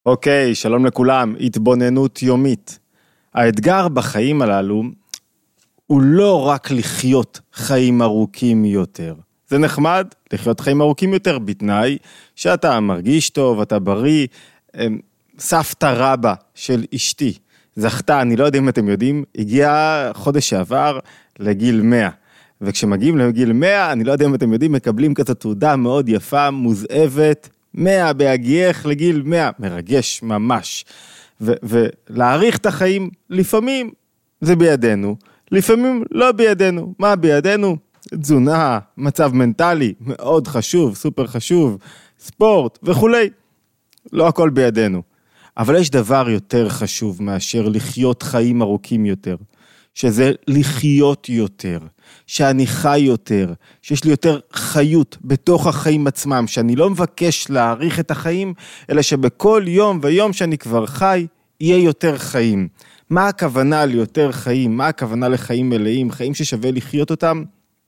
אוקיי, שלום לכולם, התבוננות יומית. האתגר בחיים הללו הוא לא רק לחיות חיים ארוכים יותר. זה נחמד, לחיות חיים ארוכים יותר בתנאי שאתה מרגיש טוב, אתה בריא. סבתא רבא של אשתי, זכתה, אני לא יודע אם אתם יודעים, הגיעה חודש שעבר לגיל 100. וכשמגיעים לגיל 100, אני לא יודע אם אתם יודעים, מקבלים כזו תעודה מאוד יפה, מוזאבת, 100 בהגיח לגיל 100, מרגש ממש. ולהאריך את החיים, לפעמים זה בידינו, לפעמים לא בידינו. מה בידינו? תזונה, מצב מנטלי, מאוד חשוב, סופר חשוב, ספורט וכולי. לא הכל בידינו. אבל יש דבר יותר חשוב מאשר לחיות חיים ארוכים יותר, שזה לחיות יותר, שאני חי יותר, שיש לי יותר חיות בתוך החיים עצמם, שאני לא מבקש להאריך את החיים, אלא שבכל יום ויום שאני כבר חי, יהיה יותר חיים. מה הכוונה ליותר חיים? מה הכוונה לחיים מלאים? חיים ששווה לחיות אותם?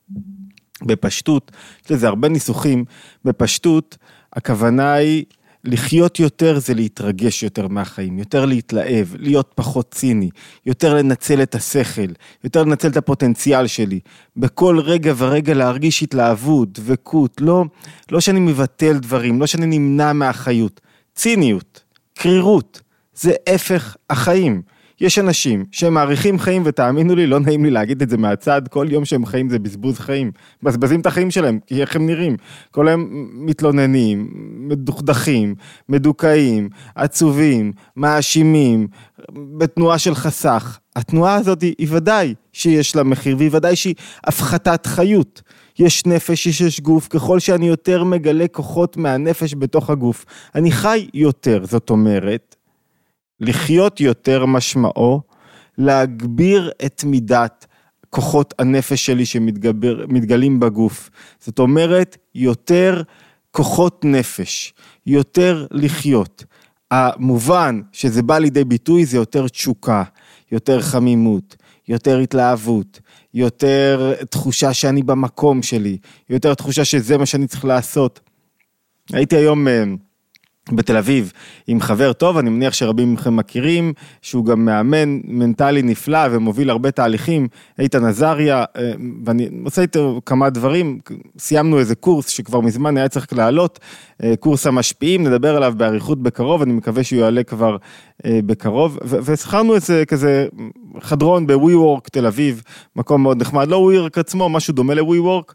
בפשטות, יש לזה הרבה ניסוחים, בפשטות הכוונה היא לחיות יותר זה להתרגש יותר מהחיים, יותר להתלהב, להיות פחות ציני, יותר לנצל את השכל, יותר לנצל את הפוטנציאל שלי, בכל רגע ורגע להרגיש התלהבות, דבקות, לא שאני מבטל דברים, לא שאני נמנע מהחיות, ציניות, קרירות, זה הפך החיים. יש אנשים שהם מעריכים חיים, ותאמינו לי, לא נעים לי להגיד את זה מהצד, כל יום שהם חיים זה בזבוז חיים, מבזבזים את החיים שלהם, כי איך הם נראים, כל הם מתלוננים, מדוכדכים, מדוכאים, עצובים, מאשימים, בתנועה של חסך. התנועה הזאת היא ודאי שיש לה מחיר, והיא ודאי שהיא הפחתת חיות. יש נפש, יש גוף, ככל שאני יותר מגלה כוחות מהנפש בתוך הגוף, אני חי יותר, זאת אומרת, לחיות יותר משמעו, להגביר את מידת כוחות הנפש שלי שמתגלים בגוף. זאת אומרת, יותר כוחות נפש, יותר לחיות. המובן שזה בא לידי ביטוי זה יותר תשוקה, יותר חמימות, יותר התלהבות, יותר תחושה שאני במקום שלי, יותר תחושה שזה מה שאני צריך לעשות. הייתי היום בתל אביב עם חבר טוב, אני מניח שרבים מכם מכירים, שהוא גם מאמן מנטלי נפלא ומוביל הרבה תהליכים, איתן עזריה, ואני עושה איתו כמה דברים, סיימנו איזה קורס שכבר מזמן היה צריך לעלות, קורס המשפיעים, נדבר עליו בעריכות בקרוב, אני מקווה שהוא יעלה כבר בקרוב, ושכרנו איזה כזה חדרון ב-WeWork תל אביב, מקום מאוד נחמד, לא WeWork עצמו, משהו דומה ל-WeWork,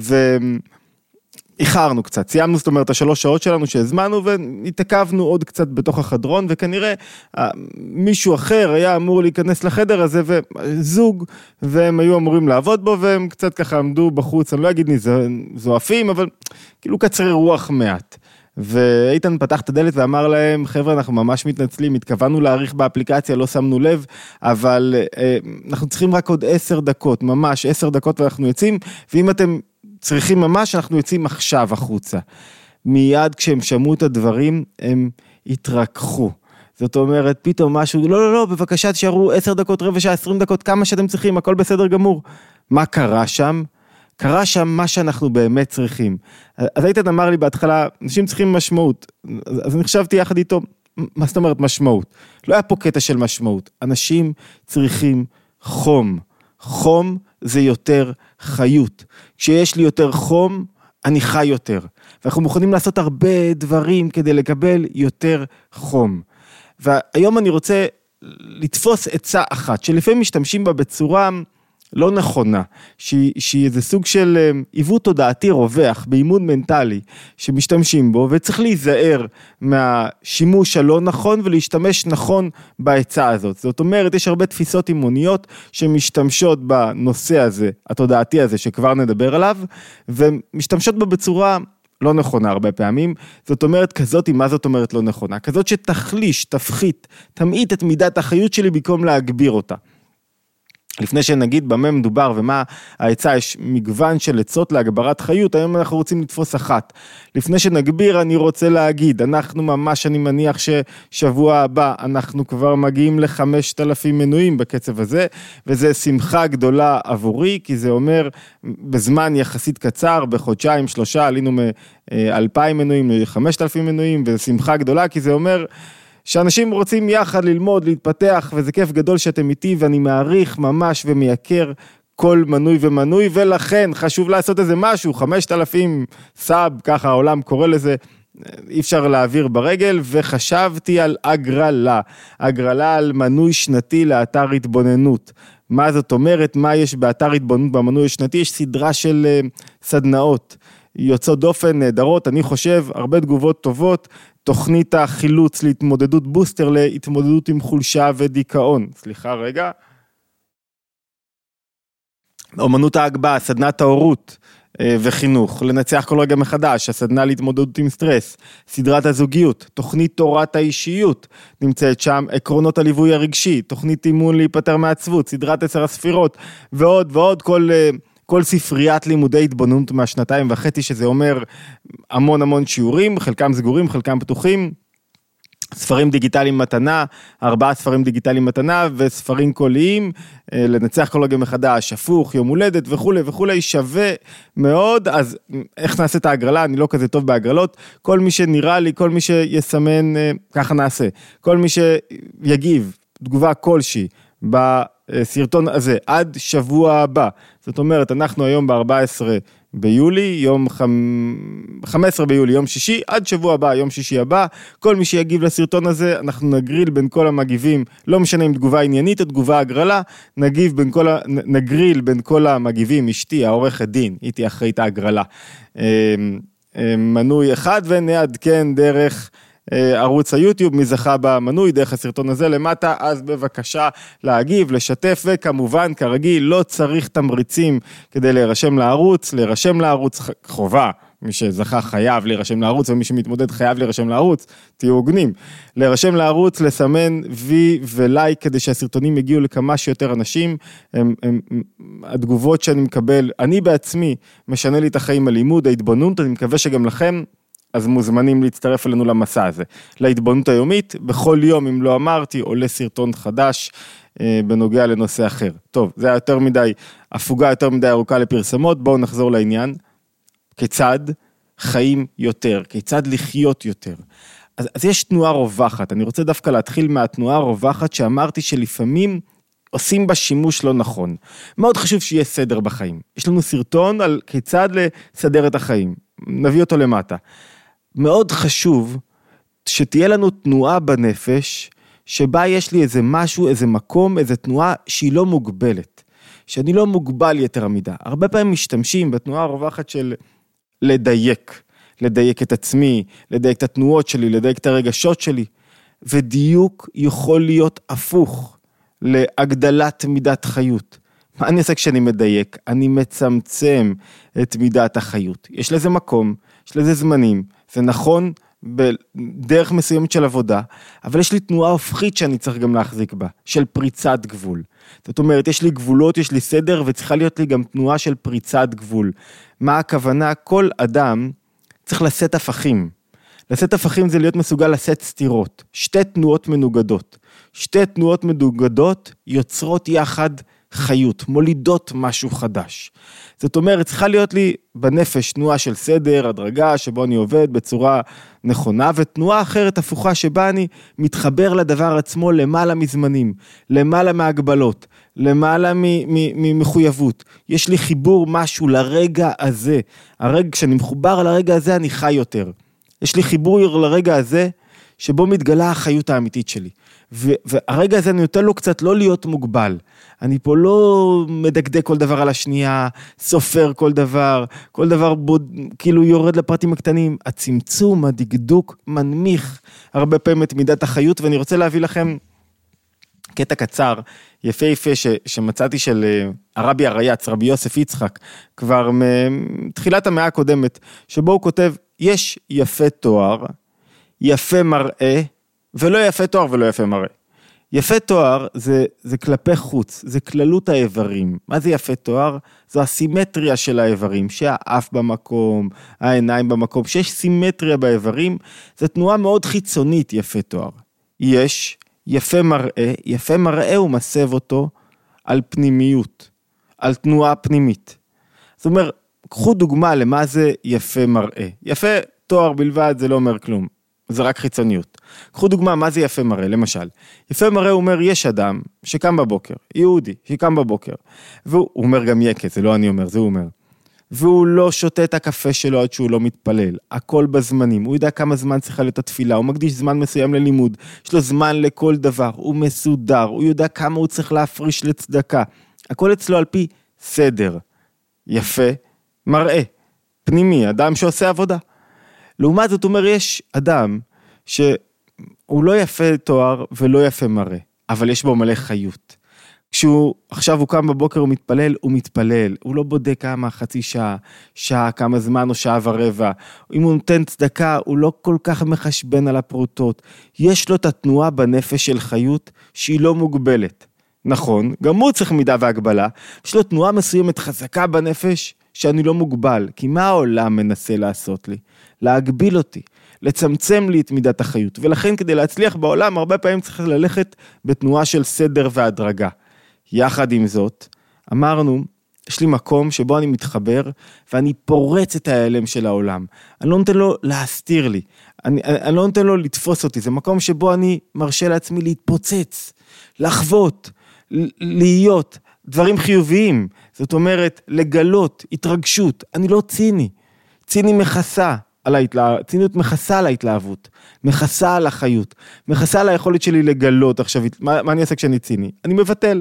איחרנו קצת, סיימנו זאת אומרת 3 שעות שלנו שהזמנו והתעכבנו עוד קצת בתוך החדרון וכנראה מישהו אחר היה אמור להיכנס לחדר הזה וזוג והם היו אמורים לעבוד בו והם קצת ככה עמדו בחוץ, אני לא אגיד זועפים אבל כאילו קצרי רוח מעט. ואיתן פתח את הדלת ואמר להם, חבר'ה אנחנו ממש מתנצלים, התכוונו להאריך באפליקציה, לא שמנו לב, אבל אנחנו צריכים רק עוד 10 דקות, ממש 10 דקות ואנחנו יוצאים, ואם אתם צריכים ממש, אנחנו יוצאים עכשיו החוצה. מיד כשהם שמעו את הדברים, הם התרככו. זאת אומרת, פתאום משהו, לא, בבקשה תשארו 10 דקות, רבע שעה, 20 דקות, כמה שאתם צריכים, הכל בסדר גמור. מה קרה שם? קרה שם מה שאנחנו באמת צריכים. אז איתן אמר לי בהתחלה, אנשים צריכים משמעות. אז אני חשבתי יחד איתו, מה זאת אומרת משמעות? לא היה פה קטע של משמעות. אנשים צריכים חום. חום זה יותר חיות. כשיש לי יותר חום, אני חי יותר. ואנחנו מוכנים לעשות הרבה דברים כדי לקבל יותר חום. והיום אני רוצה לתפוס עצה אחת, שלפעמים משתמשים בה בצורה לא נכונה, שהיא איזה סוג של עיוות תודעתי רווח, באימון מנטלי, שמשתמשים בו, וצריך להיזהר מהשימוש הלא נכון, ולהשתמש נכון בעצה הזאת. זאת אומרת, יש הרבה תפיסות אימוניות, שמשתמשות בנושא הזה, התודעתי הזה, שכבר נדבר עליו, ומשתמשות בו בצורה לא נכונה הרבה פעמים, זאת אומרת כזאת, מה זאת אומרת לא נכונה? כזאת שתחליש, תפחית, תמעיט את מידת החיות שלי, במקום להגביר אותה. לפני שנגיד במה מדובר ומה העצה, יש מגוון של עצות להגברת חיות, היום אנחנו רוצים לתפוס אחת. לפני שנגביר אני רוצה להגיד, אנחנו ממש, אני מניח ששבוע הבא אנחנו כבר מגיעים ל5,000 מנויים בקצב הזה, וזה שמחה גדולה עבורי, כי זה אומר בזמן יחסית קצר, בחודשיים 3 עלינו מ2,000 מנויים ל5,000 מנויים, וזה שמחה גדולה, כי זה אומר שאנשים רוצים יחד ללמוד, להתפתח, וזה כיף גדול שאתם איתי, ואני מעריך ממש ומייקר כל מנוי ומנוי, ולכן חשוב לעשות איזה משהו, 5,000 סאב, ככה העולם קורא לזה, אי אפשר להעביר ברגל, וחשבתי על הגרלה על מנוי שנתי לאתר התבוננות. מה זאת אומרת? מה יש באתר התבוננות במנוי השנתי? יש סדרה של סדנאות, יוצאות דופן, נהדרות, אני חושב, הרבה תגובות טובות, תוכנית החילוץ להתמודדות בוסטר, להתמודדות עם חולשה ודיכאון. סליחה רגע. אומנות ההגבהה, סדנת ההורות וחינוך, לנצח כל רגע מחדש, הסדנה להתמודדות עם סטרס, סדרת הזוגיות, תוכנית תורת האישיות, נמצאת שם, עקרונות הליווי הרגשי, תוכנית אימון להיפטר מעצבות, סדרת 10 הספירות, ועוד ועוד, כל ספריית לימודי התבוננות מהשנתיים וחצי, שזה אומר המון שיעורים, חלקם סגורים, חלקם פתוחים, ספרים דיגיטליים מתנה, 4 ספרים דיגיטליים מתנה, וספרים קוליים, לנצח כל רגע מחדש, הפוך, יום הולדת וכולי, שווה מאוד. אז איך נעשה את ההגרלה? אני לא כזה טוב בהגרלות, כל מי שנראה לי, כל מי שיסמן, ככה נעשה, כל מי שיגיב תגובה כלשהי, בסרטון הזה, עד שבוע הבא, זאת אומרת, אנחנו היום ב-14 ביולי, יום 15 ביולי, יום שישי, עד שבוע הבא, יום שישי הבא, כל מי שיגיב לסרטון הזה, אנחנו נגריל בין כל המגיבים, לא משנה אם תגובה עניינית או תגובה הגרלה, נגריל בין כל המגיבים, אשתי, העורכת דין, היא תהיה אחראית ההגרלה, מנוי אחד, ונעדכן דרך ערוץ היוטיוב, מי זכה במנוי, דרך הסרטון הזה למטה, אז בבקשה להגיב, לשתף, וכמובן, כרגיל, לא צריך תמריצים כדי להירשם לערוץ חובה, מי שזכה חייב להירשם לערוץ, ומי שמתמודד חייב להירשם לערוץ, תהיו הוגנים, להירשם לערוץ, לסמן וי ולייק, כדי שהסרטונים יגיעו לכמה שיותר אנשים, התגובות שאני מקבל, אני בעצמי משנה לי את החיים הלימוד, ההתבוננות, אני מקווה שגם לכם, אז מוזמנים להצטרף אלינו למסע הזה, להתבוננות היומית, בכל יום, אם לא אמרתי, עולה סרטון חדש, בנוגע לנושא אחר. טוב, זה היה יותר מדי, הפוגה יותר מדי ארוכה לפרסמות, בואו נחזור לעניין, כיצד חיים יותר, כיצד לחיות יותר. אז יש תנועה רווחת, אני רוצה דווקא להתחיל מהתנועה הרווחת, שאמרתי שלפעמים עושים בה שימוש לא נכון. מאוד חשוב שיהיה סדר בחיים. יש לנו סרטון על כיצד לסדר את החיים, נביא אותו למטה. מאוד חשוב שתהיה לנו תנועה בנפש, שבה יש לי איזה משהו, איזה מקום, איזה תנועה שהיא לא מוגבלת, שאני לא מוגבל יתר המידה. הרבה פעמים משתמשים בתנועה הרווחת של לדייק את עצמי, לדייק את התנועות שלי, לדייק את הרגשות שלי, ודיוק יכול להיות הפוך להגדלת מידת חיות. מה אני עושה כשאני מדייק? אני מצמצם את מידת החיות. יש לזה מקום, יש לזה זמנים, זה נכון בדרך מסוימת של עבודה, אבל יש לי תנועה הופכית שאני צריך גם להחזיק בה, של פריצת גבול. זאת אומרת, יש לי גבולות, יש לי סדר, וצריכה להיות לי גם תנועה של פריצת גבול. מה הכוונה? כל אדם צריך לשאת הפכים. לשאת הפכים זה להיות מסוגל לשאת סתירות. שתי תנועות מנוגדות יוצרות יחד חיות, מולידות משהו חדש. זאת אומרת, צריכה להיות לי בנפש תנועה של סדר, הדרגה, שבו אני עובד בצורה נכונה, ותנועה אחרת הפוכה שבה אני מתחבר לדבר עצמו למעלה מזמנים, למעלה מהגבלות, למעלה ממחויבות. יש לי חיבור משהו לרגע הזה. כשאני מחובר על הרגע הזה, אני חי יותר. יש לי חיבור לרגע הזה, שבו מתגלה החיות האמיתית שלי. והרגע הזה אני נותן לו קצת לא להיות מוגבל. אני פה לא מדקדק כל דבר על השנייה, סופר כל דבר כאילו יורד לפרטים הקטנים. הצמצום, הדקדוק, מנמיך הרבה פעמים את מידת החיות, ואני רוצה להביא לכם קטע קצר, יפה שמצאתי של הרבי הרייץ, רבי יוסף יצחק, כבר מתחילת המאה הקודמת, שבו הוא כותב, יש יפה תואר, יפה מראה, ולא יפה תואר ולא יפה מראה. יפה תואר זה כלפי חוץ, זה כללות האיברים. מה זה יפה תואר? זו הסימטריה של האיברים, שהאף במקום, העיניים במקום, שיש סימטריה באיברים, זו תנועה מאוד חיצונית יפה תואר. יש יפה מראה הוא מסב אותו על פנימיות, על תנועה פנימית. זאת אומרת, קחו דוגמה למה זה יפה מראה. יפה תואר בלבד זה לא אומר כלום. זה רק חיצוניות. קחו דוגמה, מה זה יפה מראה? למשל, יפה מראה הוא אומר, יש אדם שקם בבוקר, יהודי, שקם בבוקר, והוא אומר גם יקה, זה לא אני אומר, זה הוא אומר. והוא לא שותה את הקפה שלו עד שהוא לא מתפלל, הכל בזמנים, הוא יודע כמה זמן צריכה להיות התפילה, הוא מקדיש זמן מסוים ללימוד, יש לו זמן לכל דבר, הוא מסודר, הוא יודע כמה הוא צריך להפריש לצדקה, הכל אצלו על פי סדר, יפה, מראה, פנימי, אדם שעושה עבודה. לעומת זאת, אומר, יש אדם שהוא לא יפה תואר ולא יפה מראה, אבל יש בו מלא חיות. עכשיו הוא קם בבוקר, הוא מתפלל, הוא לא בודק כמה, חצי שעה, כמה זמן או שעה ורבע. אם הוא נותן צדקה, הוא לא כל כך מחשבן על הפרוטות. יש לו את התנועה בנפש של חיות שהיא לא מוגבלת. נכון, גם הוא צריך מידה והגבלה. יש לו תנועה מסוימת חזקה בנפש שאני לא מוגבל. כי מה העולם מנסה לעשות לי? להגביל אותי, לצמצם לי את מידת החיות. ולכן כדי להצליח בעולם, הרבה פעמים צריך ללכת בתנועה של סדר והדרגה. יחד עם זאת, אמרנו, יש לי מקום שבו אני מתחבר, ואני פורץ את ההיעלם של העולם. אני לא נותן לו להסתיר לי, אני לא נותן לו לתפוס אותי, זה מקום שבו אני מרשה לעצמי להתפוצץ, לחוות, להיות, דברים חיוביים, זאת אומרת, לגלות, התרגשות, אני לא ציני, ציניות מכסה על ההתלהבות, מכסה על החיות, מכסה על היכולת שלי לגלות עכשיו, מה אני אעשה כשאני ציני? אני מבטל,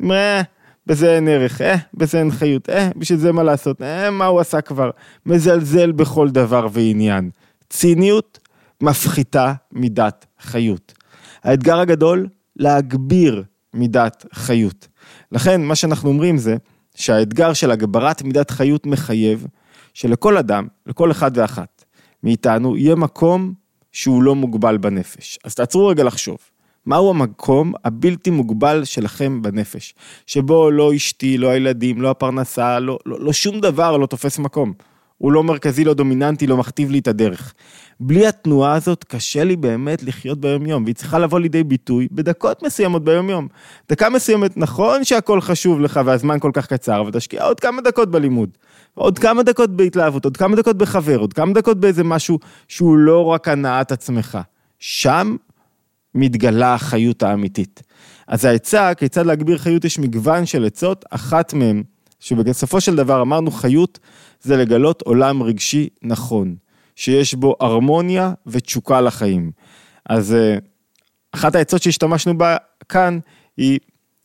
בזה אין ערך, בזה אין חיות, בשביל זה מה לעשות, מה הוא עשה כבר, מזלזל בכל דבר ועניין. ציניות מפחיתה מידת חיות. האתגר הגדול, להגביר מידת חיות. לכן מה שאנחנו אומרים זה, שהאתגר של הגברת מידת חיות מחייב, שלכל אדם, לכל אחד ואחת מאיתנו, יהיה מקום שהוא לא מוגבל בנפש. אז תעצרו רגע לחשוב. מהו המקום הבלתי מוגבל שלכם בנפש, שבו לא אשתי, לא הילדים, לא הפרנסה, לא שום דבר לא תופס מקום. הוא לא מרכזי, לא דומיננטי, לא מכתיב לי את הדרך. בלי התנועה הזאת קשה לי באמת לחיות ביום יום, והיא צריכה לבוא לידי ביטוי בדקות מסוימות ביום יום. דקה מסוימת, נכון שהכל חשוב לך והזמן כל כך קצר, אבל תשקיע עוד כמה דקות בלימוד, עוד כמה דקות בהתלהבות, עוד כמה דקות בחבר, עוד כמה דקות באיזה משהו שהוא לא רק הנעת עצמך. שם מתגלה החיות האמיתית. אז העצה, כיצד להגביר חיות, יש מגוון של עצות, אחת מהן, שבסופו של דבר אמרנו חיות, זה לגלות עולם רגשי נכון, שיש בו הרמוניה ותשוקה לחיים. אז אחת העצות שהשתמשנו בה כאן, היא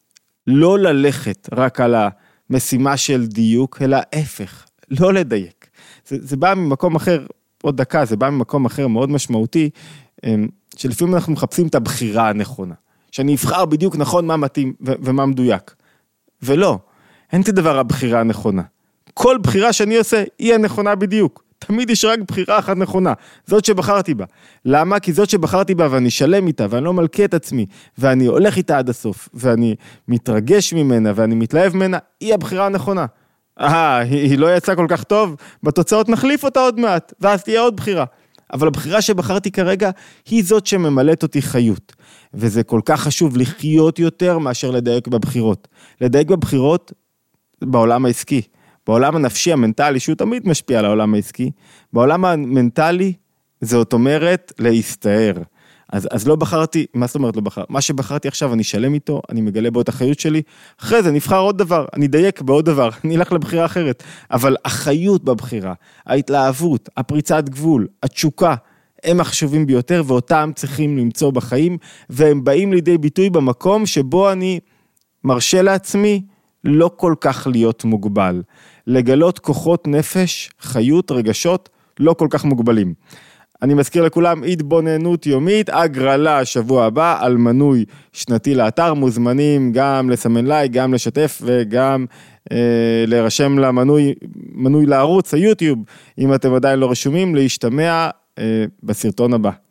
לא ללכת רק על המשימה של דיוק, אלא ההפך, לא לדייק. זה בא ממקום אחר, עוד דקה, זה בא ממקום אחר מאוד משמעותי, שלפעמים אנחנו מחפשים את הבחירה הנכונה, שאני אבחר בדיוק נכון מה מתאים ומה מדויק, ולא, אין את הדבר הבחירה הנכונה, כל בחירה שאני עושה היא הנכונה בדיוק, תמיד יש רק בחירה אחת נכונה, זאת שבחרתי בה, למה? כי זאת שבחרתי בה ואני שלם איתה, ואני לא מלכה את עצמי, ואני הולך איתה עד הסוף, ואני מתרגש ממנה, ואני מתלהב ממנה, היא הבחירה הנכונה, היא לא יצאה כל כך טוב, בתוצאות נחליף אותה עוד מעט, ואז תהיה עוד בחירה, אבל הבחירה שבחרתי כרגע היא זאת שממלאת אותי חיות. וזה כל כך חשוב לחיות יותר מאשר לדייק בבחירות. לדייק בבחירות בעולם העסקי. בעולם הנפשי, המנטלי, שהוא תמיד משפיע על העולם העסקי. בעולם המנטלי, זאת אומרת להסתער. אז לא בחרתי, מה זאת אומרת לא בחרתי? מה שבחרתי עכשיו אני שלם איתו, אני מגלה בו את החיות שלי, אחרי זה נבחר עוד דבר, אני דייק בעוד דבר, אני אלך לבחירה אחרת, אבל החיות בבחירה, ההתלהבות, הפריצת גבול, התשוקה, הם החשובים ביותר, ואותם צריכים למצוא בחיים, והם באים לידי ביטוי במקום שבו אני מרשה לעצמי לא כל כך להיות מוגבל, לגלות כוחות נפש, חיות, רגשות, לא כל כך מוגבלים. אני מזכיר לכולם, התבוננות יומית, הגרלה שבוע הבא, על מנוי שנתי לאתר, מוזמנים גם לסמן לייק, גם לשתף וגם להירשם למנוי לערוץ היוטיוב, אם אתם עדיין לא רשומים, להשתמע בסרטון הבא.